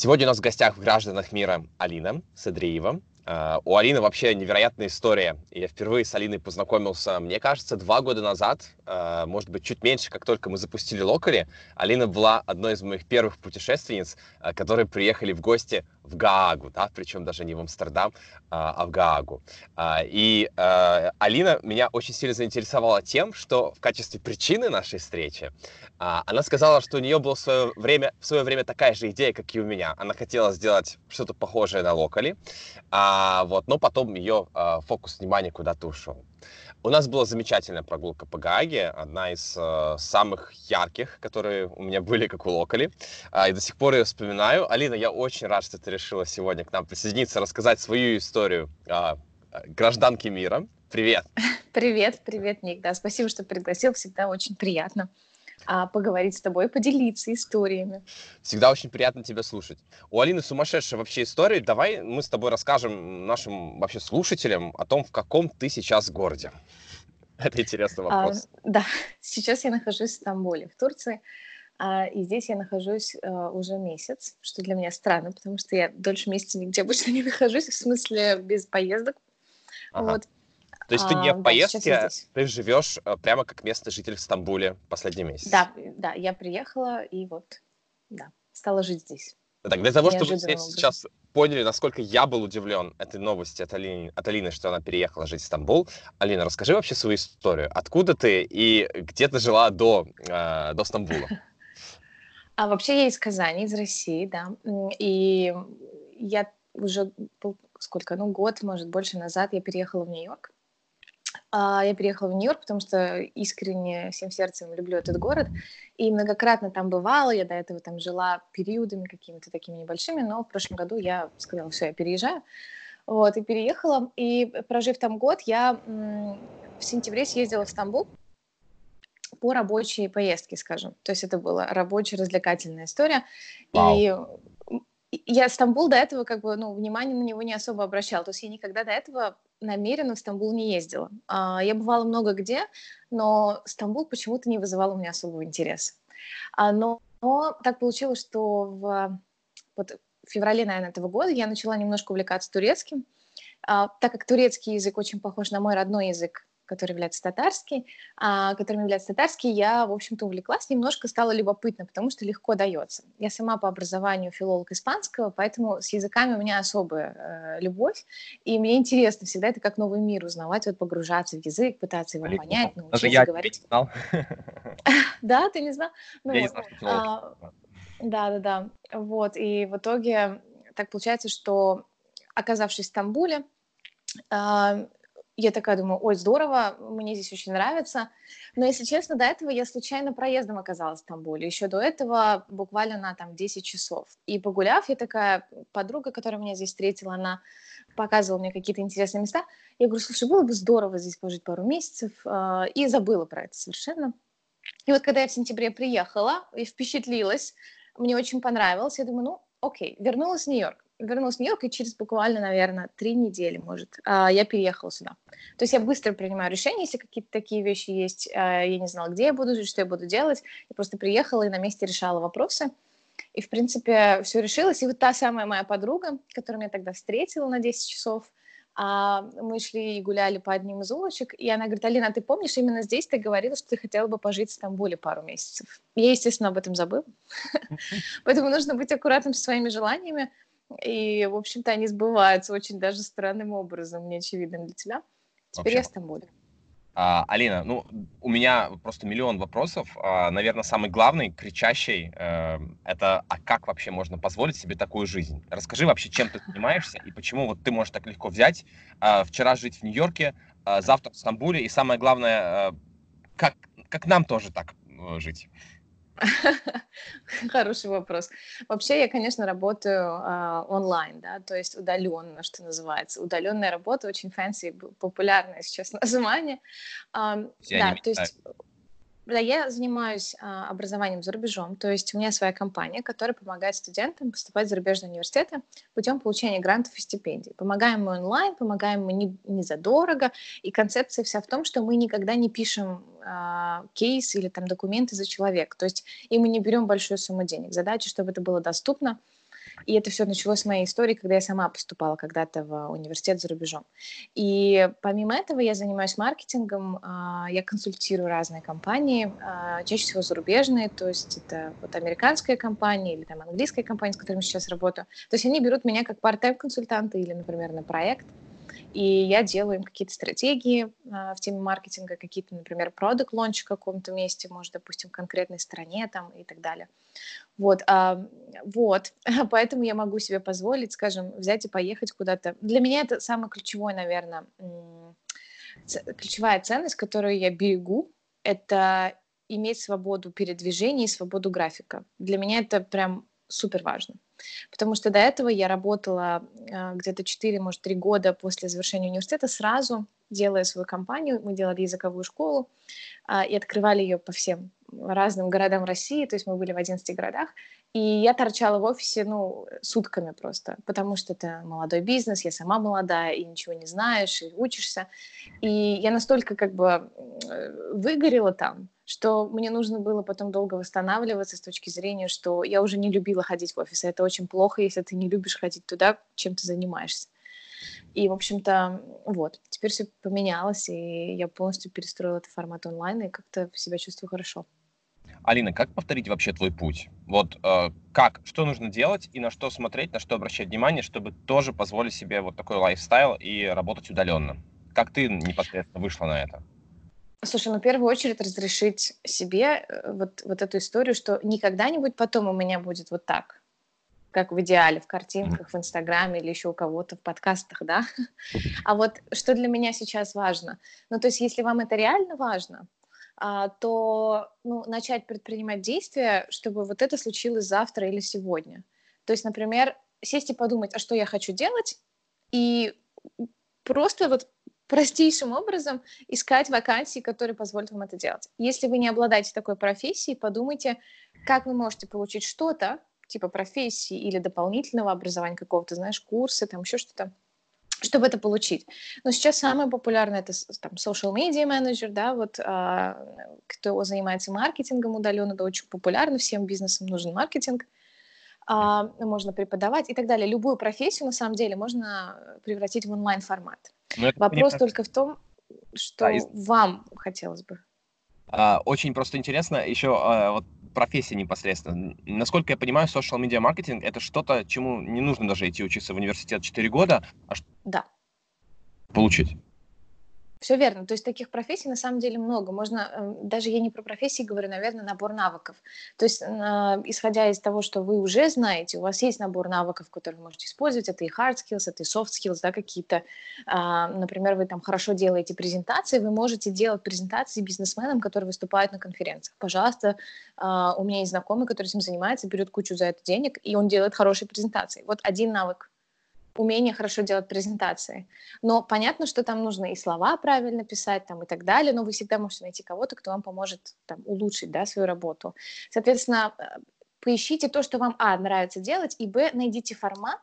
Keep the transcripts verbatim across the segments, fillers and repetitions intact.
Сегодня у нас в гостях в «Гражданах мира» Алина Садриева. Uh, у Алины вообще невероятная история. Я впервые с Алиной познакомился, мне кажется, два года назад, uh, может быть, чуть меньше, как только мы запустили Локали. Алина была одной из моих первых путешественниц, uh, которые приехали в гости в Гаагу, да, причем даже не в Амстердам, uh, а в Гаагу. Uh, и uh, Алина меня очень сильно заинтересовала тем, что в качестве причины нашей встречи uh, она сказала, что у нее была в свое время, в свое время такая же идея, как и у меня. Она хотела сделать что-то похожее на Локали. А, вот, но потом ее а, фокус внимания куда-то ушел. У нас была замечательная прогулка по Гааге, одна из а, самых ярких, которые у меня были, как у Локали, а, и до сих пор ее вспоминаю. Алина, я очень рад, что ты решила сегодня к нам присоединиться, рассказать свою историю а, гражданки мира. Привет! Привет, привет, Ник. Да, спасибо, что пригласил, всегда очень приятно а, поговорить с тобой, поделиться историями. Всегда очень приятно тебя слушать. У Алины сумасшедшая вообще история. Давай мы с тобой расскажем нашим вообще слушателям о том, в каком ты сейчас городе. Это интересный вопрос. А, да, сейчас я нахожусь в Стамбуле, в Турции, а, и здесь я нахожусь а, уже месяц, что для меня странно, потому что я дольше месяца нигде обычно не нахожусь, в смысле без поездок. Ага. Вот. То есть ты не А, в да, сейчас я поездке, здесь. ты живешь э, прямо как местный житель в Стамбуле последний месяц. Да, да, я приехала и вот, да, стала жить здесь Так, для того, чтобы все неожиданным образом. сейчас поняли, насколько я был удивлен этой новости от Алины, от Алины, что она переехала жить в Стамбул. Алина, расскажи вообще свою историю. Откуда ты и где ты жила до, э, до Стамбула? А вообще я из Казани, из России, да. М, И я уже пол- сколько, ну, год, может, больше назад я переехала в Нью-Йорк. А, Я переехала в Нью-Йорк, потому что искренне всем сердцем люблю этот город. И многократно там бывала. Я до этого там жила периодами какими-то такими небольшими, но в прошлом году я сказала, все, я переезжаю. Вот, и переехала. И прожив там год, я м, в сентябре съездила в Стамбул по рабочей поездке, скажем. То есть это была рабочая развлекательная история. Вау. И я Стамбул до этого как бы, ну, внимания на него не особо обращала. То есть я никогда до этого намеренно в Стамбул не ездила. А, Я бывала много где, но Стамбул почему-то не вызывал у меня особого интереса. А, Но, но так получилось, что в, вот, в феврале, наверное, этого года я начала немножко увлекаться турецким. А, так как турецкий язык очень похож на мой родной язык, который является татарский, а, которым является татарский, я, в общем-то, увлеклась, немножко стало любопытно, потому что легко дается. Я сама по образованию филолог испанского, поэтому с языками у меня особая э, любовь, и мне интересно всегда это как новый мир узнавать, вот погружаться в язык, пытаться его Блин, понять, даже научиться я тебя не говорить. знал. Да, ты не знал? Ну Я не вот. знал, что филолог. А, Да-да-да. Вот. И в итоге так получается, что, оказавшись в Стамбуле, а, я такая думаю: ой, здорово, мне здесь очень нравится. Но, если честно, до этого я случайно проездом оказалась в Стамбуле. Еще до этого буквально на там десять часов. И погуляв, я такая, подруга, которая меня здесь встретила, она показывала мне какие-то интересные места. Я говорю: слушай, было бы здорово здесь пожить пару месяцев. а, И забыла про это совершенно. И вот когда я в сентябре приехала и впечатлилась, мне очень понравилось, я думаю, ну, окей, вернулась в Нью-Йорк. Вернулась в Нью-Йорк, и через буквально, наверное, три недели, может, а, я переехала сюда. То есть я быстро принимаю решения, если какие-то такие вещи есть. а, Я не знала, где я буду жить, что я буду делать. Я просто приехала и на месте решала вопросы. И, в принципе, все решилось. И вот та самая моя подруга, которую я тогда встретила на десять часов, а, мы шли и гуляли по одним из улочек, и она говорит: Алина, а ты помнишь, именно здесь ты говорила, что ты хотела бы пожить в Стамбуле пару месяцев? Я, естественно, об этом забыла. Поэтому нужно быть аккуратным со своими желаниями, и, в общем-то, они сбываются очень даже странным образом, неочевидным для тебя. Теперь я Вообще. в Стамбуле. А, Алина, ну, у меня просто миллион вопросов. А, наверное, самый главный, кричащий, э, это а как вообще можно позволить себе такую жизнь? Расскажи вообще, чем ты занимаешься и почему вот ты можешь так легко взять, а, вчера жить в Нью-Йорке, а, завтра в Стамбуле, и самое главное, э, как, как нам тоже так э, жить? Хороший вопрос. Вообще я, конечно, работаю а, онлайн, да, то есть удаленно, что называется. Удаленная работа, очень фэнси, б- популярное сейчас название. Ам, Я не да, то мечтаю. есть да, я занимаюсь а, образованием за рубежом, то есть у меня своя компания, которая помогает студентам поступать в зарубежные университеты путем получения грантов и стипендий. Помогаем мы онлайн, помогаем мы не, не задорого, и концепция вся в том, что мы никогда не пишем а, кейс или там документы за человека, то есть и мы не берем большую сумму денег. Задача, чтобы это было доступно, И это все началось с моей истории, когда я сама поступала когда-то в университет за рубежом. И помимо этого я занимаюсь маркетингом, а, я консультирую разные компании, а, чаще всего зарубежные, то есть это вот американская компания или там английская компания, с которыми сейчас работаю. То есть они берут меня как part-time консультанта или, например, на проект, и я делаю им какие-то стратегии а, в теме маркетинга, какие-то, например, продукт лонч в каком-то месте, может, допустим, в конкретной стране там и так далее. Вот, а, вот, поэтому я могу себе позволить, скажем, взять и поехать куда-то. Для меня это самое ключевое, наверное, ключевая ценность, которую я берегу, это иметь свободу передвижения и свободу графика. Для меня это прям супер важно. Потому что до этого я работала э, где-то четыре, может, три года после завершения университета сразу, делая свою компанию. Мы делали языковую школу э, и открывали ее по всем разным городам России. То есть мы были в одиннадцати городах. И я торчала в офисе, ну, сутками просто, потому что это молодой бизнес, я сама молодая, и ничего не знаешь, и учишься. И я настолько как бы выгорела там, что мне нужно было потом долго восстанавливаться с точки зрения, что я уже не любила ходить в офис. И это очень плохо, если ты не любишь ходить туда, чем ты занимаешься. И, в общем-то, вот, теперь все поменялось, и я полностью перестроила этот формат онлайн, и как-то себя чувствую хорошо. Алина, как повторить вообще твой путь? Вот э, как, что нужно делать и на что смотреть, на что обращать внимание, чтобы тоже позволить себе вот такой лайфстайл и работать удаленно? Как ты непосредственно вышла на это? Слушай, ну, в первую очередь разрешить себе э, вот, вот эту историю, что не когда-нибудь потом у меня будет вот так, как в идеале, в Мгм. картинках, в Инстаграме или еще у кого-то в подкастах, да. А вот что для меня сейчас важно? Ну, то есть если вам это реально важно, а, то ну, начать предпринимать действия, чтобы вот это случилось завтра или сегодня. То есть, например, сесть и подумать, а что я хочу делать, и просто вот простейшим образом искать вакансии, которые позволят вам это делать. Если вы не обладаете такой профессией, подумайте, как вы можете получить что-то, типа профессии или дополнительного образования какого-то, знаешь, курсы, там еще что-то, чтобы это получить. Но сейчас самое популярное это там social media manager, да, вот а, кто занимается маркетингом удаленно, это очень популярно, всем бизнесам нужен маркетинг, а, можно преподавать и так далее. Любую профессию на самом деле можно превратить в онлайн формат. Ну, это Вопрос понимаю, только в том, да, из- что вам хотелось бы. а, очень просто интересно еще а, вот профессия непосредственно. Н- Насколько я понимаю, social media маркетинг это что-то, чему не нужно даже идти учиться в университет четыре года, а что Да. получить. Все верно. То есть таких профессий на самом деле много. Можно, э, даже я не про профессии говорю, наверное, набор навыков. То есть, на- исходя из того, что вы уже знаете, у вас есть набор навыков, которые вы можете использовать. Это и hard skills, это и soft skills, да, какие-то. А, например, вы там хорошо делаете презентации, вы можете делать презентации бизнесменам, которые выступают на конференциях. Пожалуйста, а, у меня есть знакомый, который этим занимается, берет кучу за это денег, и он делает хорошие презентации. Вот один навык. Умение хорошо делать презентации. Но понятно, что там нужно и слова правильно писать там, и так далее, но вы всегда можете найти кого-то, кто вам поможет там, улучшить, да, свою работу. Соответственно, э, поищите то, что вам, а, нравится делать, и, б, найдите формат,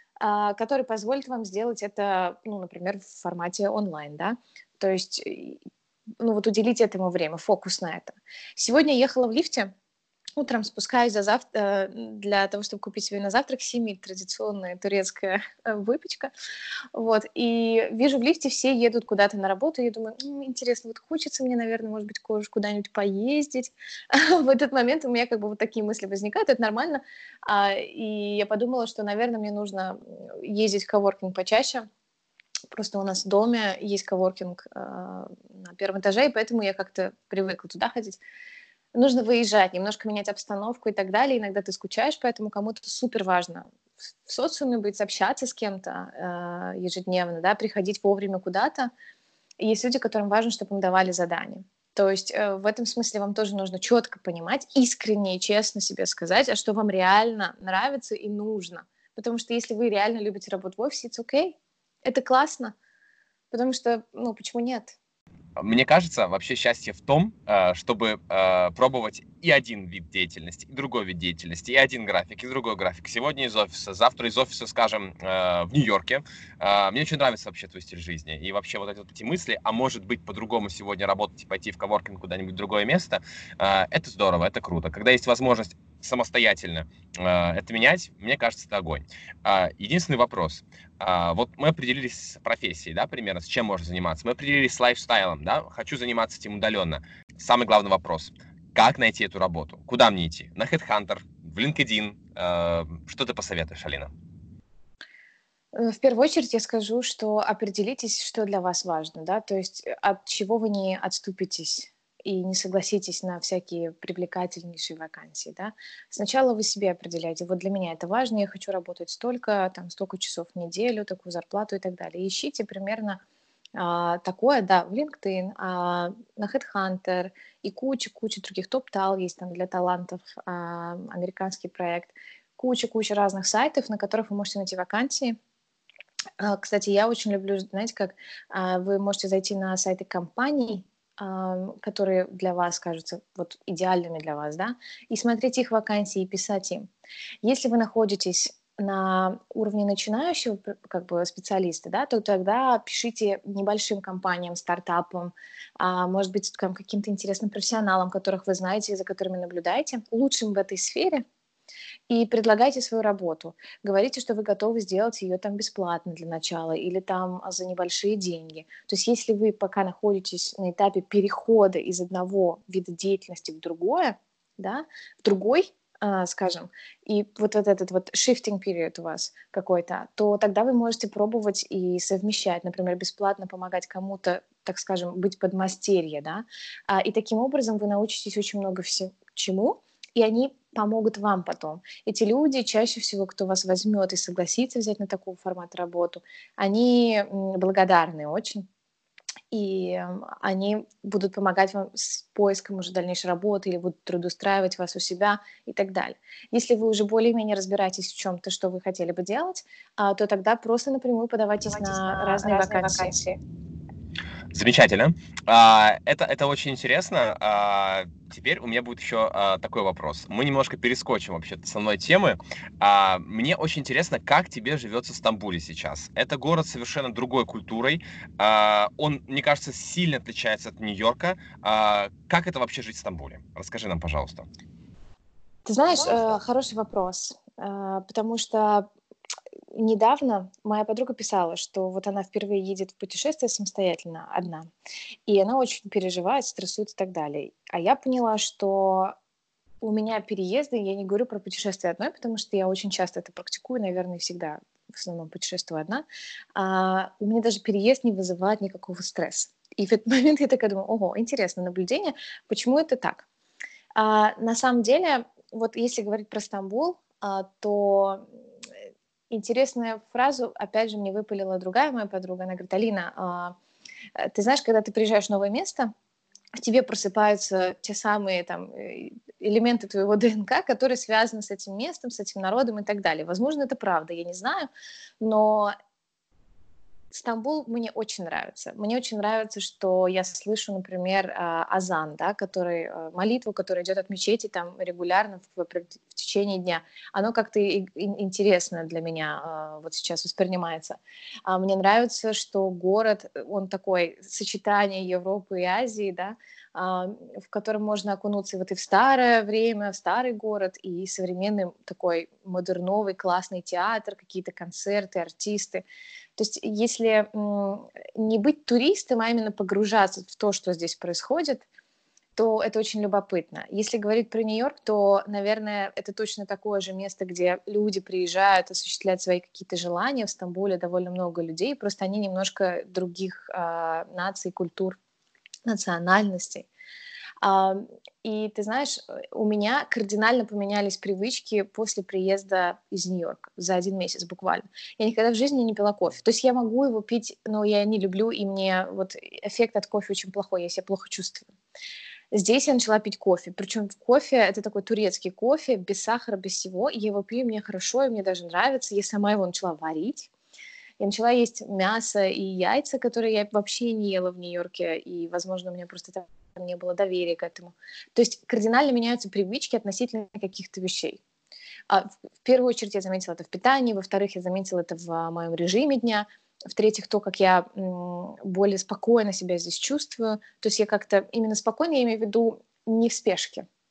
а, который позволит вам сделать это, ну, например, в формате онлайн, да, то есть, и, ну, вот уделите этому время, фокус на это. Сегодня я ехала в лифте, утром спускаюсь за зав... э, для того, чтобы купить себе на завтрак симиль, традиционная турецкая э, выпечка. Вот. И вижу в лифте все едут куда-то на работу. И я думаю, «М, интересно, вот хочется мне, наверное, может быть, кое- куда-нибудь поездить. В этот момент у меня как бы вот такие мысли возникают, это нормально. А, И я подумала, что, наверное, мне нужно м, ездить в коворкинг почаще. Просто у нас в доме есть коворкинг э, на первом этаже, и поэтому я как-то привыкла туда ходить. Нужно выезжать, немножко менять обстановку и так далее. Иногда ты скучаешь, поэтому кому-то супер важно в в социуме быть, общаться с кем-то э, ежедневно, да, приходить вовремя куда-то. И есть люди, которым важно, чтобы им давали задания. То есть э, в этом смысле вам тоже нужно четко понимать, искренне и честно себе сказать, а что вам реально нравится и нужно. Потому что если вы реально любите работать в офисе, it's okay, это классно, потому что, ну, почему нет? Мне кажется, вообще счастье в том, э, чтобы э, пробовать и один вид деятельности, и другой вид деятельности, и один график, и другой график. Сегодня из офиса, завтра из офиса, скажем, э, в Нью-Йорке. Э, Мне очень нравится вообще твой стиль жизни. И вообще вот эти вот эти мысли, а может быть по-другому сегодня работать и пойти в коворкинг куда-нибудь в другое место, э, это здорово, это круто. Когда есть возможность самостоятельно э, это менять, мне кажется, это огонь. А, единственный вопрос. А, вот мы определились с профессией, да, примерно, с чем можно заниматься. Мы определились с лайфстайлом, да, хочу заниматься этим удаленно. Самый главный вопрос. Как найти эту работу? Куда мне идти? На HeadHunter, в LinkedIn? Э, что ты посоветуешь, Алина? Э, В первую очередь я скажу, что определитесь, что для вас важно, да, то есть э, от чего вы не отступитесь и не согласитесь на всякие привлекательнейшие вакансии, да. Сначала вы себе определяете, вот для меня это важно, я хочу работать столько, там, столько часов в неделю, такую зарплату и так далее. Ищите примерно а, такое, да, в LinkedIn, а, на HeadHunter и куча-куча других. TopTal есть там для талантов, а, американский проект. Куча-куча разных сайтов, на которых вы можете найти вакансии. А, Кстати, я очень люблю, знаете, как а, вы можете зайти на сайты компаний, ам, которые для вас кажутся вот идеальными для вас, да, и смотреть их вакансии и писать им. Если вы находитесь на уровне начинающего п- как бы специалиста, да, то тогда пишите небольшим компаниям, стартапам, а, может быть, там, каким-то интересным профессионалам, которых вы знаете, за которыми наблюдаете, лучшим в этой сфере, и предлагайте свою работу. Говорите, что вы готовы сделать ее там бесплатно для начала или там а, за небольшие деньги. То есть если вы пока находитесь на этапе перехода из одного вида деятельности в другое, да, в другой, а, скажем, и вот, вот этот вот shifting period у вас какой-то, то тогда вы можете пробовать и совмещать, например, бесплатно помогать кому-то, так скажем, быть подмастерье, да, а, и таким образом вы научитесь очень много всему, чему, и они помогут вам потом. Эти люди, чаще всего, кто вас возьмет и согласится взять на такой формат работу, они м, благодарны очень, и м, они будут помогать вам с поиском уже дальнейшей работы или будут трудоустраивать вас у себя и так далее. Если вы уже более-менее разбираетесь в чем-то, что вы хотели бы делать, а, то тогда просто напрямую подавайтесь Подавайтесь на на разные разные вакансии. вакансии. Замечательно. А, это, это очень интересно. А, теперь у меня будет еще а, такой вопрос. Мы немножко перескочим вообще с основной темы. А, мне очень интересно, как тебе живется в Стамбуле сейчас. Это город с совершенно другой культурой. А, он, мне кажется, сильно отличается от Нью-Йорка. А, как это вообще жить в Стамбуле? Расскажи нам, пожалуйста. Ты знаешь, э, хороший вопрос, э, потому что недавно моя подруга писала, что вот она впервые едет в путешествие самостоятельно, одна, и она очень переживает, стрессует и так далее. А я поняла, что у меня переезды, я не говорю про путешествие одной, потому что я очень часто это практикую, наверное, всегда в основном путешествую одна, а, у меня даже переезд не вызывает никакого стресса. И в этот момент я такая думаю, ого, интересное наблюдение, почему это так? А, на самом деле, вот если говорить про Стамбул, а, то э, интересную фразу, опять же, мне выпалила другая моя подруга. Она говорит, Алина, а, э, ты знаешь, когда ты приезжаешь в новое место, в тебе просыпаются те самые там э, элементы твоего ДНК, которые связаны с этим местом, с этим народом и так далее. Возможно, это правда, я не знаю, но Стамбул мне очень нравится. Мне очень нравится, что я слышу, например, а, азан, да, который, э, молитву, которая идет от мечети там регулярно в, в в течение дня. Оно как-то и- и- интересно для меня а, вот сейчас воспринимается. А мне нравится, что город, э, он такой сочетание Европы и Азии, да, а, в котором можно окунуться вот и в старое время, в старый город, и современный такой модерновый классный театр, какие-то концерты, артисты. То есть если м, не быть туристом, а именно погружаться в то, что здесь происходит, то это очень любопытно. Если говорить про Нью-Йорк, то, наверное, это точно такое же место, где люди приезжают осуществлять свои какие-то желания. В Стамбуле довольно много людей, просто они немножко других а, наций, культур, национальностей. А, и ты знаешь, э, у меня кардинально поменялись привычки после приезда из Нью-Йорка за один месяц буквально. Я никогда в жизни не пила кофе. То есть я могу его пить, но я не люблю, и мне вот эффект от кофе очень плохой, я себя плохо чувствую. Здесь я начала пить кофе. Причем кофе — это такой турецкий кофе, без сахара, без всего. И я его пью, мне хорошо, и мне даже нравится. Я сама его начала варить. Я начала есть мясо и яйца, которые я вообще не ела в Нью-Йорке, и, возможно, у меня просто там не было доверия к этому. То есть кардинально меняются привычки относительно каких-то вещей. А, в в первую очередь я заметила это в питании, во-вторых, я заметила это в а, моем режиме дня, в-третьих, то, как я м, более спокойно себя здесь чувствую. То есть я как-то именно спокойно, я имею в виду не в спешке.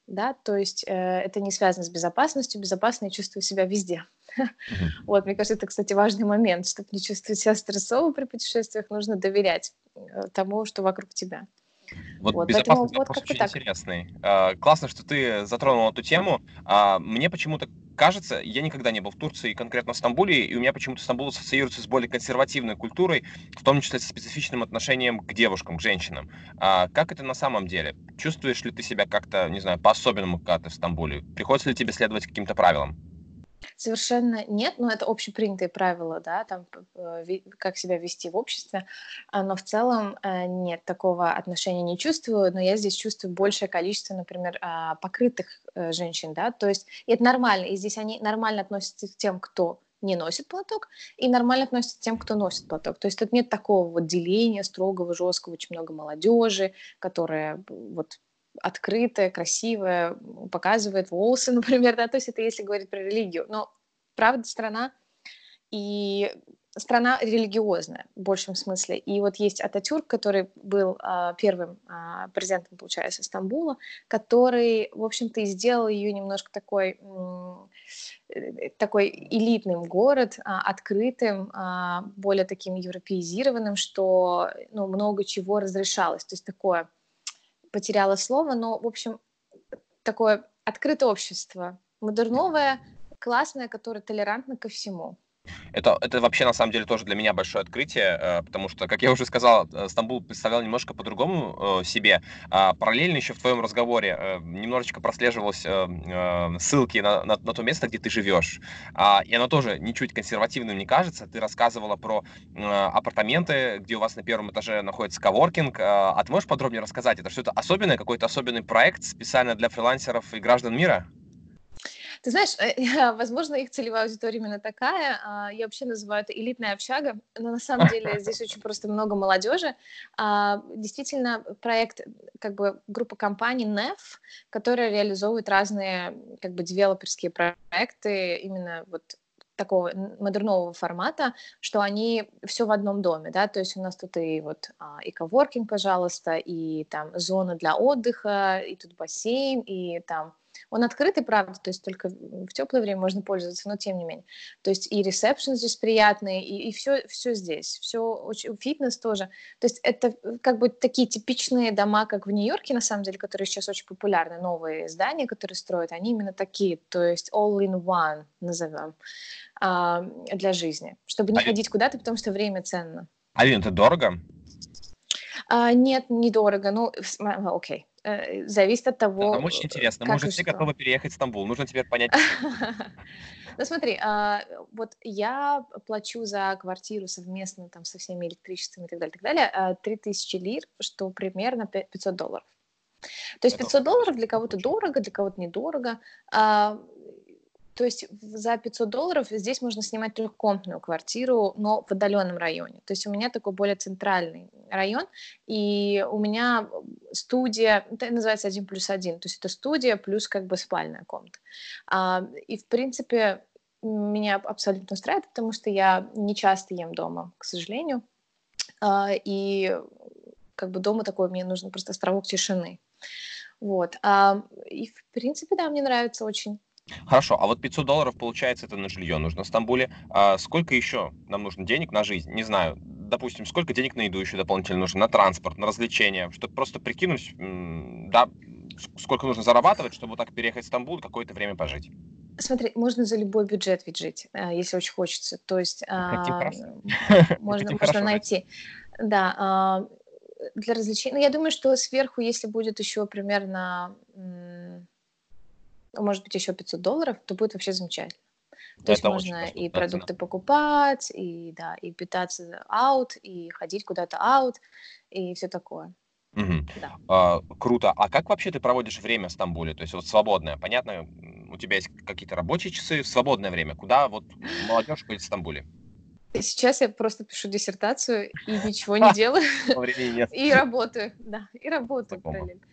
да, то есть э, это не связано с безопасностью, безопасно я чувствую себя везде. Мгм. Вот, мне кажется, это, кстати, важный момент, чтобы не чувствовать себя стрессово при путешествиях, нужно доверять э, тому, что вокруг тебя. Вот Вот, поэтому безопасность вот вопрос как-то очень так. интересный. А, Классно, что ты затронул эту тему. А, Мне почему-то кажется, я никогда не был в Турции, конкретно в Стамбуле, и у меня почему-то Стамбул ассоциируется с более консервативной культурой, в том числе со специфичным отношением к девушкам, к женщинам. А Как это на самом деле? Чувствуешь ли ты себя как-то, не знаю, по-особенному, когда ты в Стамбуле? Приходится ли тебе следовать каким-то правилам? Совершенно нет, но это общепринятые правила, да, там, п- п- ви- как себя вести в обществе, а, но в целом э, нет, такого отношения не чувствую, но я здесь чувствую большее количество, например, а, покрытых э, женщин, да, то есть и это нормально, и здесь они нормально относятся к тем, кто не носит платок, и нормально относятся к тем, кто носит платок. То есть тут нет такого вот деления строгого, жесткого, очень много молодежи, которая б- вот открытая, красивая, м, показывает волосы, например, да, то есть это если говорить про религию. Но правда страна и страна религиозная в большем смысле. И вот есть Ататюрк, который был а, первым а, президентом, получается, Стамбула, который, в общем-то, и сделал ее немножко такой, м, э, такой элитным город, а, открытым, а, более таким европеизированным, что ну, много чего разрешалось. То есть такое потеряла слово, но, в общем, такое открытое общество, модерновое, классное, которое толерантно ко всему. Это, это вообще на самом деле тоже для меня большое открытие, э, потому что, как я уже сказал, э, Стамбул представлял немножко по-другому э, себе. А параллельно еще в твоем разговоре э, немножечко прослеживалось э, э, ссылки на, на, на то место, где ты живешь. А, и оно тоже ничуть консервативным не кажется. Ты рассказывала про э, апартаменты, где у вас на первом этаже находится коворкинг. А, а ты можешь подробнее рассказать? Это что-то особенное, какой-то особенный проект специально для фрилансеров и граждан мира? Ты знаешь, э, возможно, их целевая аудитория именно такая. А, Я вообще называю это элитная общага, но на самом деле здесь очень просто много молодежи. А, Действительно, проект, как бы группа компаний Н E F, которая реализовывает разные как бы девелоперские проекты именно вот такого н- модернового формата, что они все в одном доме, да, то есть у нас тут и вот а, и коворкинг, пожалуйста, и там зона для отдыха, и тут бассейн, и там он открытый, правда, то есть только в теплое время можно пользоваться, но тем не менее. То есть и ресепшн здесь приятный, и, и все, все здесь, все очень, фитнес тоже. То есть это э, как бы такие типичные дома, как в Нью-Йорке, на самом деле, которые сейчас очень популярны, новые здания, которые строят, они именно такие, то есть all in one, назовем, а, для жизни, чтобы не Алин, ходить куда-то, потому что время ценно. Алин, это дорого? А, нет, недорого, ну, с- м, а, окей. Э, Зависит от Да, нам того, очень э, интересно. Мы как уже и все что. готовы переехать в Стамбул. Нужно теперь понять, почему. Ну смотри, а, вот я плачу за квартиру совместно там со всеми электричествами и так далее, так далее, а, три тысячи лир, что примерно пя- пятьсот долларов. То есть Это пятьсот долларов для очень кого-то очень. дорого, для кого-то недорого. А, То есть в- за пятьсот долларов здесь можно снимать трехкомнатную квартиру, но в отдаленном районе. То есть у меня такой более центральный район, и у меня студия, это называется один плюс один, то есть это студия плюс как бы спальная комната. А, И в принципе меня абсолютно устраивает, потому что я не часто ем дома, к сожалению. А, И как бы дома такой, мне нужен просто островок тишины. Вот. А, И в принципе, да, мне нравится очень. Хорошо, а вот пятьсот долларов, получается, это на жилье нужно в Стамбуле. А сколько еще нам нужно денег на жизнь? Не знаю. Допустим, сколько денег на еду еще дополнительно нужно, на транспорт, на развлечения, чтобы просто прикинуть, м, да, с- сколько нужно зарабатывать, чтобы вот так переехать в Стамбул и какое-то время пожить. Смотри, можно за любой бюджет ведь жить, а, если очень хочется. То есть, Мы хотим а, хорошо. м, Мы можно хотим можно хорошо жить. найти. Да, а, для развлечений. Ну, я думаю, что сверху, если будет еще примерно, м, может быть, еще пятьсот долларов, то будет вообще замечательно. То есть Это очень можно и доступная цена. продукты покупать, и да, и питаться аут, и ходить куда-то аут, и все такое. Мгм. Да. А, круто. А как вообще ты проводишь время в Стамбуле? То есть вот свободное. Понятно, м, у тебя есть какие-то рабочие часы, свободное время. Куда вот молодежь ходит в Стамбуле? И сейчас я просто пишу диссертацию и ничего не Ха! делаю, Времени нет. и работаю, да, и работаю Знакомо. параллельно.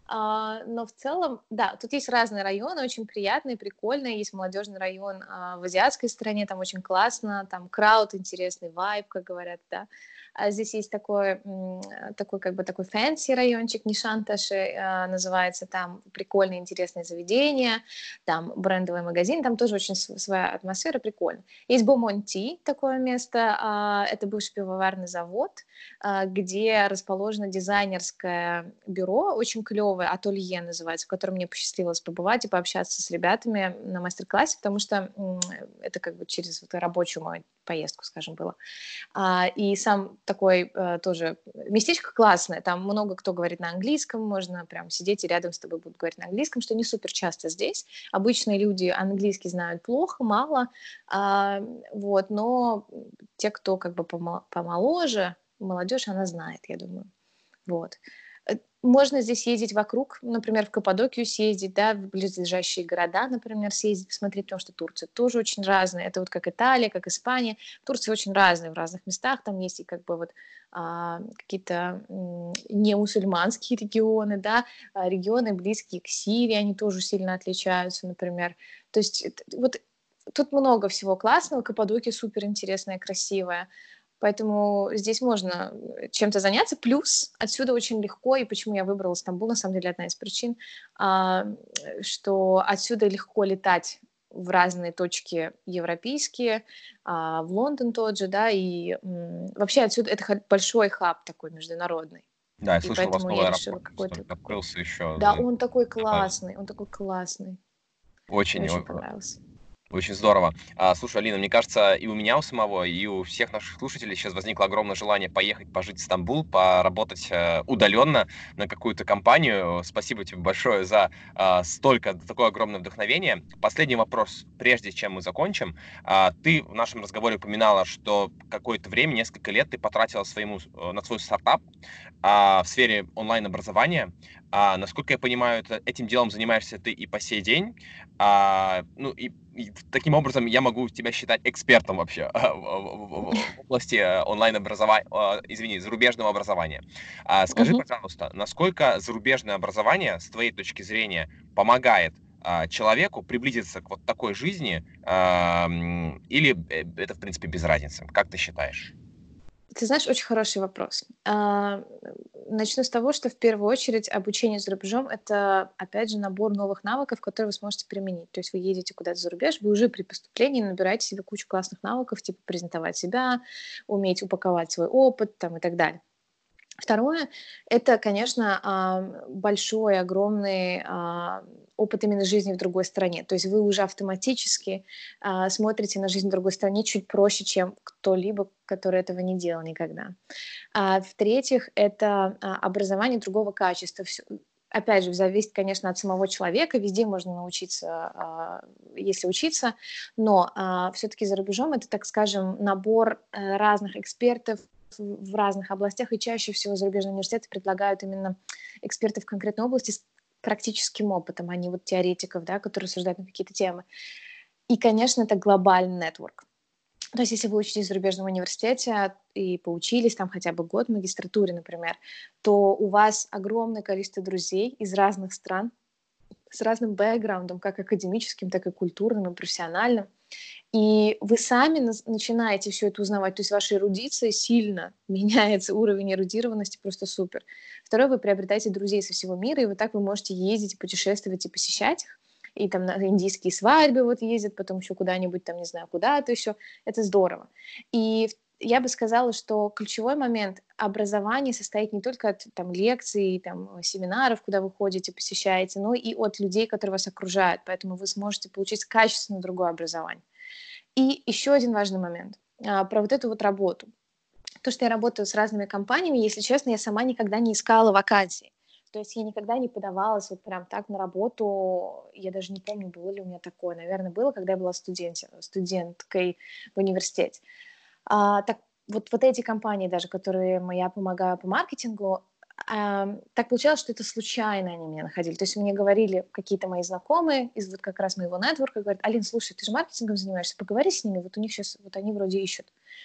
А, но в целом, да, тут есть разные районы, очень приятные, прикольные. Есть молодежный район а, в азиатской стране, там очень классно, там крауд интересный, вайб, как говорят, да. А здесь есть такой, м, такой как бы такой фэнси райончик, Нишанташи а, называется, там прикольные, интересные заведения, там брендовый магазин, там тоже очень св- своя атмосфера, прикольно. Есть Бомонти, такое место, а, это бывший пивоварный завод, а, где расположено дизайнерское бюро, очень клевое, Ателье называется, в котором мне посчастливилось побывать и пообщаться с ребятами на мастер-классе, потому что м, это как бы через вот рабочую мою поездку, скажем, было. А, и сам такой э, тоже местечко классное, там много кто говорит на английском, можно прям сидеть и рядом с тобой будут говорить на английском, что не супер часто здесь. Обычные люди английский знают плохо, мало, а, вот, но те, кто как бы помо- помоложе, молодежь, она знает, я думаю. Вот. Э, Можно здесь ездить вокруг, например, в Каппадокию съездить, да, в близлежащие города, например, съездить, посмотреть, потому что Турция тоже очень разная. Это вот как Италия, как Испания. Турция очень разная в разных местах. Там есть и как бы вот а, какие-то м, не мусульманские регионы, да, а регионы близкие к Сирии, они тоже сильно отличаются, например. То есть это- вот тут много всего классного. Каппадокия супер интересная, красивая. Поэтому здесь можно э, чем-то заняться. Плюс отсюда очень легко, и почему я выбрала Стамбул, на самом деле, одна из причин, а, э, что отсюда легко летать в разные точки европейские, а, в Лондон тот же, да, и м, вообще отсюда это ха- большой хаб такой международный. Да, я И слышал, у вас поэтому я новый решила аэропорт какой-то, только какой. открылся еще Да, за он такой добавил. классный, он такой классный. Очень, Очень о- понравился. Очень здорово. А, слушай, Алина, мне кажется, и у меня у самого, и у всех наших слушателей сейчас возникло огромное желание поехать пожить в Стамбул, поработать э, удаленно на какую-то компанию. Спасибо тебе большое за а, столько, такое огромное вдохновение. Последний вопрос, прежде чем мы закончим. А, ты в нашем разговоре упоминала, что какое-то время, несколько лет ты потратила своему, э, на свой стартап а, в сфере онлайн-образования. А, насколько я понимаю, это- этим делом занимаешься ты и по сей день. А, ну и, и таким образом я могу тебя считать экспертом вообще в, в- в- в области э, онлайн-образования, извини, зарубежного образования. А, скажи, Мгм. пожалуйста, насколько зарубежное образование, с твоей точки зрения, помогает а, человеку приблизиться к вот такой жизни, а, м, или э, это, в принципе, без разницы? Как ты считаешь? Ты знаешь, очень хороший вопрос. А, начну с того, что в первую очередь обучение за рубежом — это, опять же, набор новых навыков, которые вы сможете применить. То есть вы едете куда-то за рубеж, вы уже при поступлении набираете себе кучу классных навыков, типа презентовать себя, уметь упаковать свой опыт там, и так далее. Второе — это, конечно, а, большой, огромный, а, опыт именно жизни в другой стране. То есть вы уже автоматически, а, смотрите на жизнь в другой стране чуть проще, чем кто-либо, который этого не делал никогда. А в-третьих, это, а, образование другого качества. Всё опять же, зависит, конечно, от самого человека. Везде можно научиться, а, если учиться, но, все таки за рубежом это, так скажем, набор, э, разных экспертов в в разных областях, и чаще всего зарубежные университеты предлагают именно экспертов в конкретной области с практическим опытом, а не вот теоретиков, да, которые рассуждают на какие-то темы. И, конечно, это глобальный нетворк. То есть если вы учитесь в зарубежном университете и поучились там хотя бы год в магистратуре, например, то у вас огромное количество друзей из разных стран с разным бэкграундом, как академическим, так и культурным и профессиональным. И вы сами нас- начинаете все это узнавать, то есть ваша эрудиция сильно меняется, уровень эрудированности просто супер. Второе, вы приобретаете друзей со всего мира, и вот так вы можете ездить, путешествовать и посещать их. И там на индийские свадьбы вот ездят, потом еще куда-нибудь там, не знаю, куда-то еще. Это здорово. И в- я бы сказала, что ключевой момент образования состоит не только от там, лекций, там, семинаров, куда вы ходите, посещаете, но и от людей, которые вас окружают. Поэтому вы сможете получить качественно другое образование. И еще один важный момент а, про вот эту вот работу. То, что я работаю с разными компаниями, если честно, я сама никогда не искала вакансий. То есть я никогда не подавалась вот прям так на работу. Я даже не помню, было ли у меня такое. Наверное, было, когда я была студенте, студенткой в университете. А, так вот, вот эти компании даже, которые я помогаю по маркетингу, ам, так получалось, что это случайно они меня находили. То есть мне говорили какие-то мои знакомые из вот как раз моего нетворка, говорят: Алин, слушай, ты же маркетингом занимаешься, поговори с ними, вот у них сейчас, вот они вроде ищут.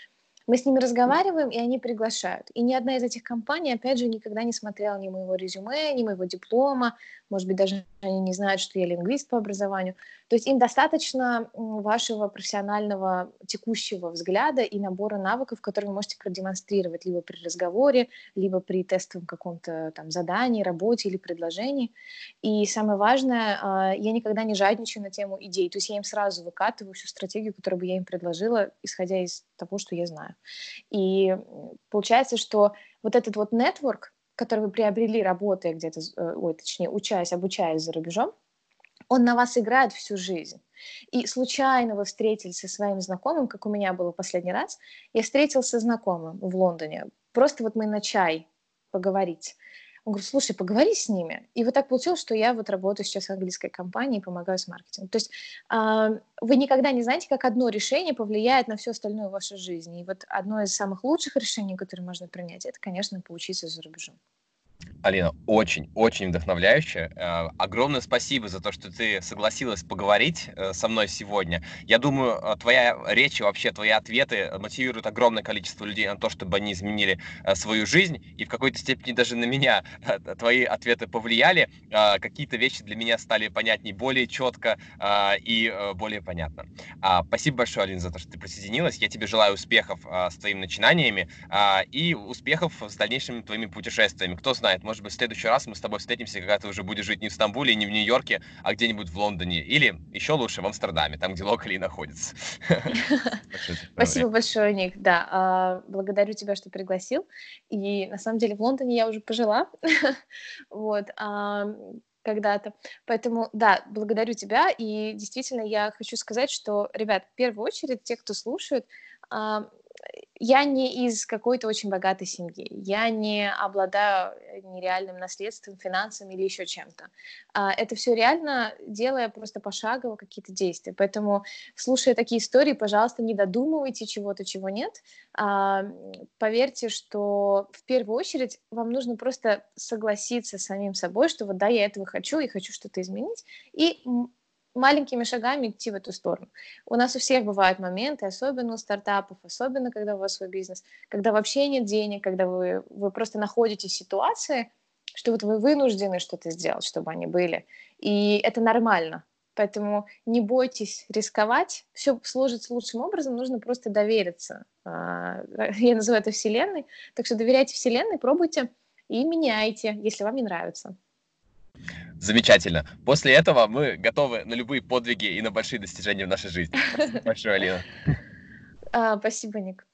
Мы с ними разговариваем, и они приглашают. И ни одна из этих компаний, опять же, никогда не смотрела ни моего резюме, ни моего диплома. Может быть, даже они не знают, что я лингвист по образованию. То есть им достаточно вашего профессионального текущего взгляда и набора навыков, которые вы можете продемонстрировать либо при разговоре, либо при тестовом каком-то там задании, работе или предложении. И самое важное, я никогда не жадничаю на тему идей. То есть я им сразу выкатываю всю стратегию, которую бы я им предложила, исходя из того, что я знаю. И получается, что вот этот вот нетворк, который вы приобрели, работая где-то, ой, точнее, учась, обучаясь за рубежом, он на вас играет всю жизнь. И случайно вы встретились со своим знакомым, как у меня было в последний раз. Я встретился со знакомым в Лондоне. Просто вот мы на чай поговорить. Он говорит, слушай, поговори с ними. И вот так получилось, что я вот работаю сейчас в английской компании и помогаю с маркетингом. То есть э, вы никогда не знаете, как одно решение повлияет на всю остальную вашу жизнь. И вот одно из самых лучших решений, которые можно принять, это, конечно, поучиться за рубежом. Алина, очень-очень вдохновляюще. Э, огромное спасибо за то, что ты согласилась поговорить э, со мной сегодня. Я думаю, э, твоя речь и вообще твои ответы мотивируют огромное количество людей на то, чтобы они изменили э, свою жизнь. И в какой-то степени даже на меня э, твои ответы повлияли. Э, какие-то вещи для меня стали понятнее более четко э, и э, более понятно. Э, спасибо большое, Алина, за то, что ты присоединилась. Я тебе желаю успехов э, с твоими начинаниями э, и успехов с дальнейшими твоими путешествиями. Кто знает, может быть, в следующий раз мы с тобой встретимся, когда ты уже будешь жить не в Стамбуле, не в Нью-Йорке, а где-нибудь в Лондоне. Или еще лучше в Амстердаме, там, где Локали находится. Спасибо большое, Ник. Да, благодарю тебя, что пригласил. И на самом деле в Лондоне я уже пожила. Вот. Когда-то. Поэтому, да, благодарю тебя. И действительно, я хочу сказать, что, ребят, в первую очередь, те, кто слушает, я не из какой-то очень богатой семьи, я не обладаю нереальным наследством, финансами или еще чем-то. Это все реально, делая просто пошагово какие-то действия. Поэтому, слушая такие истории, пожалуйста, не додумывайте чего-то, чего нет. Поверьте, что в первую очередь вам нужно просто согласиться с самим собой, что вот да, я этого хочу и хочу что-то изменить, и маленькими шагами идти в эту сторону. У нас у всех бывают моменты, особенно у стартапов, особенно когда у вас свой бизнес, когда вообще нет денег, когда вы, вы просто находитесь в ситуации, что вот вы вынуждены что-то сделать, чтобы они были. И это нормально. Поэтому не бойтесь рисковать, все сложится лучшим образом, нужно просто довериться. Я называю это Вселенной. Так что доверяйте Вселенной, пробуйте и меняйте, если вам не нравится. Замечательно. После этого мы готовы на любые подвиги и на большие достижения в нашей жизни. Спасибо большое, Алина. Спасибо, Ник.